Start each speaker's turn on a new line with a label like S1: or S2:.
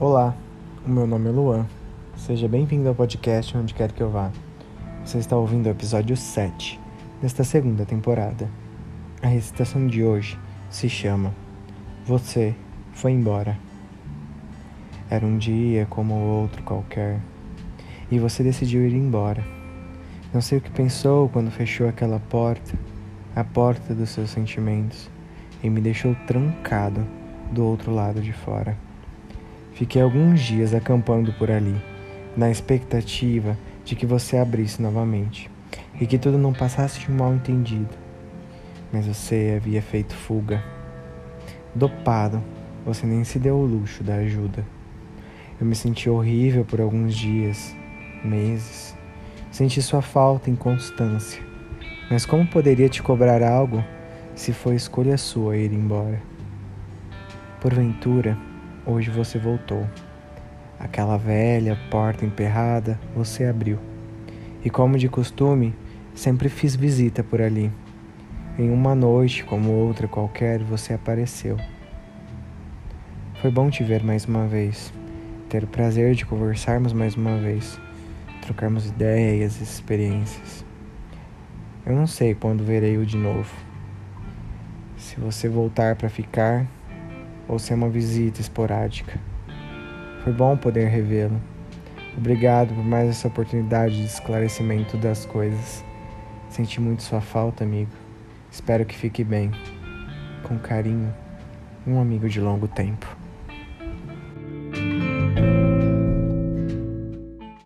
S1: Olá, o meu nome é Luan. Seja bem-vindo ao podcast Onde Quer Que Eu Vá. Você está ouvindo o episódio 7 desta segunda temporada. A recitação de hoje se chama Você Foi Embora. Era um dia como outro qualquer e você decidiu ir embora. Não sei o que pensou quando fechou aquela porta, a porta dos seus sentimentos, e me deixou trancado do outro lado de fora. Fiquei alguns dias acampando por ali, na expectativa de que você abrisse novamente e que tudo não passasse de um mal-entendido. Mas você havia feito fuga. Dopado, você nem se deu o luxo da ajuda. Eu me senti horrível por alguns dias, meses. Senti sua falta em constância. Mas como poderia te cobrar algo se foi escolha sua ir embora? Porventura, hoje você voltou. Aquela velha porta emperrada você abriu. E como de costume, sempre fiz visita por ali. Em uma noite como outra qualquer, você apareceu. Foi bom te ver mais uma vez, ter o prazer de conversarmos mais uma vez, trocarmos ideias e experiências. Eu não sei quando verei-o de novo. Se você voltar para ficar, ou se é uma visita esporádica. Foi bom poder revê-lo. Obrigado por mais essa oportunidade de esclarecimento das coisas. Senti muito sua falta, amigo. Espero que fique bem. Com carinho, um amigo de longo tempo.